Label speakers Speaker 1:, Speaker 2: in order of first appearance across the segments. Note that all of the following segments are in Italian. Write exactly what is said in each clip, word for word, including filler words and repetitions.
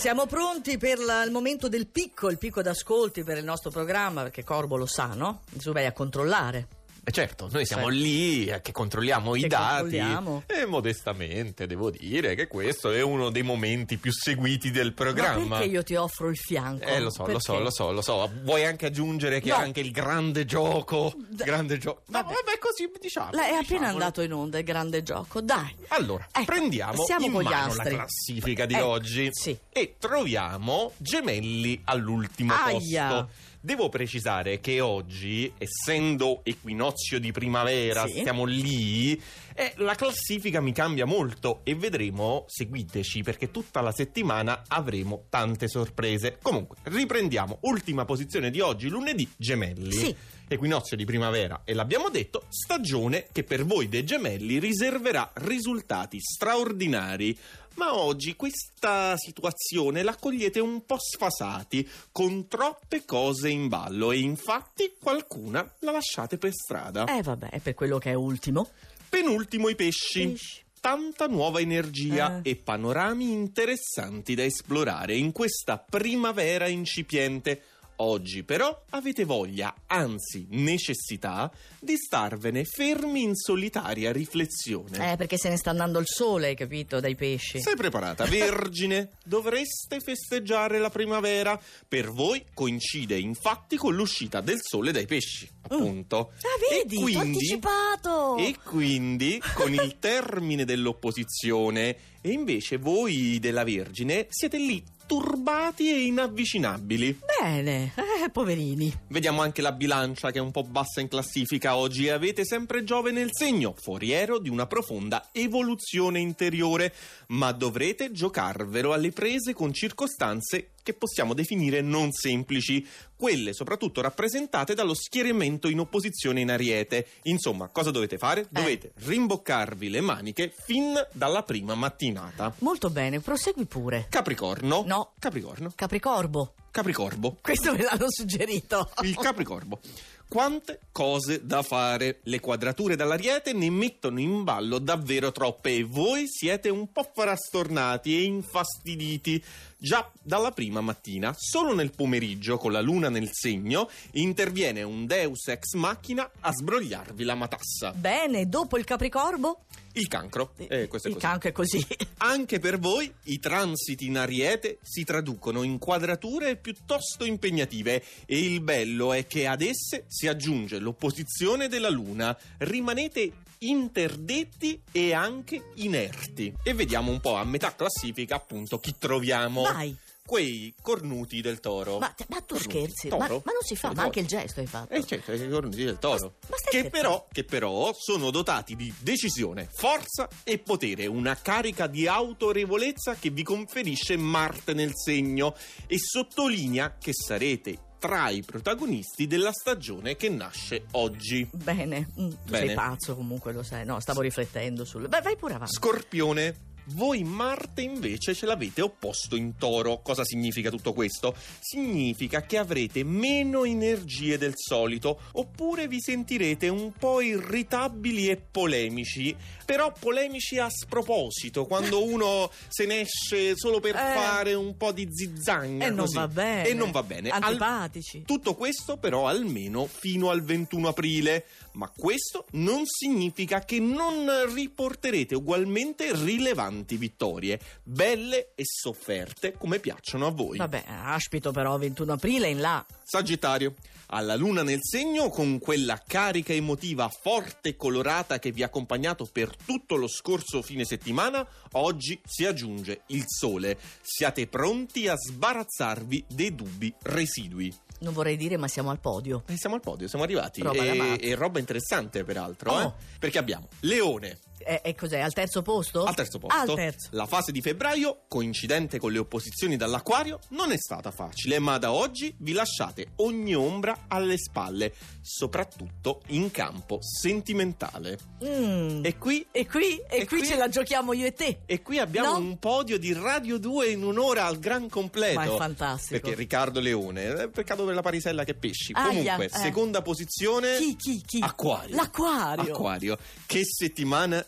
Speaker 1: Siamo pronti per la, il momento del picco, il picco d'ascolti per il nostro programma, perché Corbo lo sa, no? Tu vai a controllare.
Speaker 2: Eh certo, noi siamo
Speaker 1: Certo.
Speaker 2: lì eh, che controlliamo
Speaker 1: Che
Speaker 2: i dati
Speaker 1: controlliamo.
Speaker 2: e modestamente devo dire che questo è uno dei momenti più seguiti del programma.
Speaker 1: Ma perché io ti offro il fianco?
Speaker 2: Eh lo so,
Speaker 1: Perché?
Speaker 2: lo so, lo so, lo so. Vuoi anche aggiungere che
Speaker 1: No.
Speaker 2: anche il grande gioco,
Speaker 1: D-
Speaker 2: grande gioco. No,
Speaker 1: Vabbè.
Speaker 2: vabbè, così diciamo.
Speaker 1: La- è appena
Speaker 2: diciamolo.
Speaker 1: andato in onda il grande gioco, dai.
Speaker 2: Allora,
Speaker 1: Ecco,
Speaker 2: prendiamo
Speaker 1: siamo
Speaker 2: in
Speaker 1: con gli
Speaker 2: mano la
Speaker 1: astri.
Speaker 2: classifica di
Speaker 1: Ecco,
Speaker 2: oggi
Speaker 1: sì.
Speaker 2: e troviamo Gemelli all'ultimo
Speaker 1: Aia.
Speaker 2: posto. Devo precisare che oggi, essendo equinozio di primavera,
Speaker 1: Sì.
Speaker 2: stiamo lì, eh, la classifica mi cambia molto e vedremo, seguiteci perché tutta la settimana avremo tante sorprese. Comunque, riprendiamo, ultima posizione di oggi, lunedì, Gemelli.
Speaker 1: Sì.
Speaker 2: Equinozio di primavera e l'abbiamo detto, stagione che per voi dei Gemelli riserverà risultati straordinari. Ma oggi questa situazione la cogliete un po' sfasati, con troppe cose in ballo e infatti qualcuna la lasciate per strada.
Speaker 1: Eh vabbè, è per quello che è ultimo.
Speaker 2: Penultimo i pesci.
Speaker 1: Pesci.
Speaker 2: Tanta nuova energia
Speaker 1: Eh.
Speaker 2: e panorami interessanti da esplorare in questa primavera incipiente. Oggi però avete voglia, anzi necessità, di starvene fermi in solitaria riflessione.
Speaker 1: Eh, perché se ne sta andando il sole, hai capito, dai pesci.
Speaker 2: Sei preparata, Vergine? Dovreste festeggiare la primavera. Per voi coincide infatti con l'uscita del sole dai pesci, appunto.
Speaker 1: Ah, vedi,
Speaker 2: e
Speaker 1: t'ho
Speaker 2: quindi,
Speaker 1: anticipato.
Speaker 2: e quindi con il termine dell'opposizione e invece voi della Vergine siete lì turbati e inavvicinabili.
Speaker 1: Bene, eh, poverini.
Speaker 2: Vediamo anche la bilancia che è un po' bassa in classifica oggi e avete sempre Giove nel segno, foriero di una profonda evoluzione interiore, ma dovrete giocarvelo alle prese con circostanze che possiamo definire non semplici, quelle soprattutto rappresentate dallo schieramento in opposizione in Ariete. Insomma, cosa dovete fare? Dovete rimboccarvi le maniche fin dalla prima mattinata.
Speaker 1: Molto bene, prosegui pure.
Speaker 2: Capricorno.
Speaker 1: No.
Speaker 2: Capricorno.
Speaker 1: Capricorbo.
Speaker 2: Capricorbo.
Speaker 1: Questo me l'hanno suggerito.
Speaker 2: Il Capricorbo. Quante cose da fare. Le quadrature dall'Ariete ne mettono in ballo davvero troppe e voi siete un po' frastornati e infastiditi già dalla prima mattina. Solo nel pomeriggio, con la luna nel segno, interviene un Deus ex machina a sbrogliarvi la matassa.
Speaker 1: Bene, dopo il Capricorbo?
Speaker 2: Il Cancro. Eh, questo è
Speaker 1: il
Speaker 2: così.
Speaker 1: cancro è così.
Speaker 2: Anche per voi i transiti in Ariete si traducono in quadrature piuttosto impegnative e il bello è che ad esse si aggiunge l'opposizione della Luna. Rimanete interdetti e anche inerti. E vediamo un po' a metà classifica appunto chi troviamo.
Speaker 1: Vai.
Speaker 2: Quei cornuti del Toro.
Speaker 1: Ma, ma tu
Speaker 2: Cornuti.
Speaker 1: scherzi?
Speaker 2: Toro?
Speaker 1: Ma, ma non si fa,
Speaker 2: Del
Speaker 1: ma
Speaker 2: Toro.
Speaker 1: anche il gesto hai fatto.
Speaker 2: Eh certo, i cornuti del Toro.
Speaker 1: Ma stai
Speaker 2: Che
Speaker 1: scherzando?
Speaker 2: però, che però sono dotati di decisione, forza e potere, una carica di autorevolezza che vi conferisce Marte nel segno e sottolinea che sarete tra i protagonisti della stagione che nasce oggi.
Speaker 1: Bene, mm, tu
Speaker 2: Bene.
Speaker 1: sei pazzo comunque, lo sai. No, stavo riflettendo sul... Vai, vai pure avanti.
Speaker 2: Scorpione. Voi Marte invece ce l'avete opposto in Toro. Cosa significa tutto questo? Significa che avrete meno energie del solito, oppure vi sentirete un po' irritabili e polemici, però polemici a sproposito, quando uno se ne esce solo per
Speaker 1: Eh.
Speaker 2: fare un po' di zizzagna.
Speaker 1: E non
Speaker 2: così.
Speaker 1: va bene.
Speaker 2: E non va bene. Al-
Speaker 1: Antipatici.
Speaker 2: Tutto questo però almeno fino al ventuno aprile, ma questo non significa che non riporterete ugualmente rilevanti vittorie, belle e sofferte come piacciono a voi.
Speaker 1: Vabbè, aspito però, ventuno aprile in là.
Speaker 2: Sagittario, alla luna nel segno, con quella carica emotiva forte e colorata che vi ha accompagnato per tutto lo scorso fine settimana, oggi si aggiunge il sole. Siate pronti a sbarazzarvi dei dubbi residui.
Speaker 1: Non vorrei dire, ma siamo al podio.
Speaker 2: E siamo al podio, siamo arrivati.
Speaker 1: Roba da
Speaker 2: e,
Speaker 1: matti.
Speaker 2: e roba interessante peraltro,
Speaker 1: Oh.
Speaker 2: eh? Perché abbiamo Leone
Speaker 1: E, e cos'è? Al terzo posto?
Speaker 2: al terzo posto.
Speaker 1: Al terzo.
Speaker 2: La fase di febbraio, coincidente con le opposizioni dall'Acquario, non è stata facile, ma da oggi vi lasciate ogni ombra alle spalle, soprattutto in campo sentimentale.
Speaker 1: Mm.
Speaker 2: E qui
Speaker 1: E qui, e
Speaker 2: E
Speaker 1: qui,
Speaker 2: qui-
Speaker 1: ce la giochiamo io e te.
Speaker 2: E qui abbiamo
Speaker 1: No?
Speaker 2: un podio di Radio due in un'ora al gran completo.
Speaker 1: Ma è fantastico.
Speaker 2: Perché Riccardo Leone, eh, peccato per la parisella che pesci.
Speaker 1: Aia,
Speaker 2: Comunque,
Speaker 1: eh.
Speaker 2: seconda posizione.
Speaker 1: Chi, chi, chi?
Speaker 2: Acquario.
Speaker 1: L'acquario.
Speaker 2: Acquario. Che settimana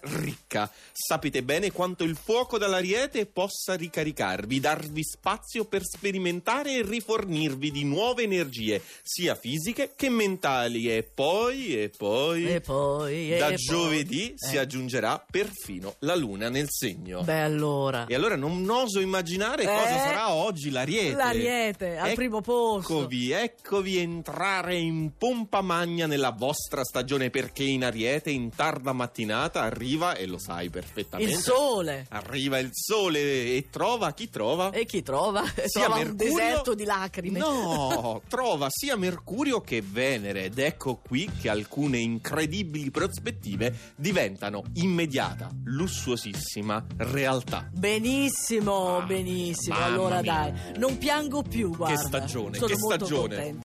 Speaker 2: ricca. Sapete bene quanto il fuoco dall'Ariete possa ricaricarvi, darvi spazio per sperimentare e rifornirvi di nuove energie, sia fisiche che mentali. E poi, e poi,
Speaker 1: E poi, e
Speaker 2: da
Speaker 1: poi.
Speaker 2: giovedì
Speaker 1: Eh.
Speaker 2: si aggiungerà perfino la Luna nel segno.
Speaker 1: Beh, allora.
Speaker 2: E allora non oso immaginare
Speaker 1: Eh,
Speaker 2: cosa sarà oggi l'Ariete.
Speaker 1: L'Ariete, al primo posto.
Speaker 2: Eccovi, eccovi entrare in pompa magna nella vostra stagione, perché in Ariete in tarda mattinata arriva, e lo sai perfettamente,
Speaker 1: Il sole.
Speaker 2: arriva il sole e trova chi trova?
Speaker 1: E chi trova?
Speaker 2: Sia
Speaker 1: Trova un
Speaker 2: Mercurio-
Speaker 1: deserto di lacrime.
Speaker 2: No, trova sia Mercurio che Venere, ed ecco qui che alcune incredibili prospettive diventano immediata, lussuosissima realtà.
Speaker 1: Benissimo,
Speaker 2: Ah,
Speaker 1: benissimo.
Speaker 2: mamma
Speaker 1: Allora
Speaker 2: mia.
Speaker 1: dai, non piango più, guarda.
Speaker 2: Che stagione,
Speaker 1: Sono
Speaker 2: che
Speaker 1: molto
Speaker 2: stagione.
Speaker 1: contenta.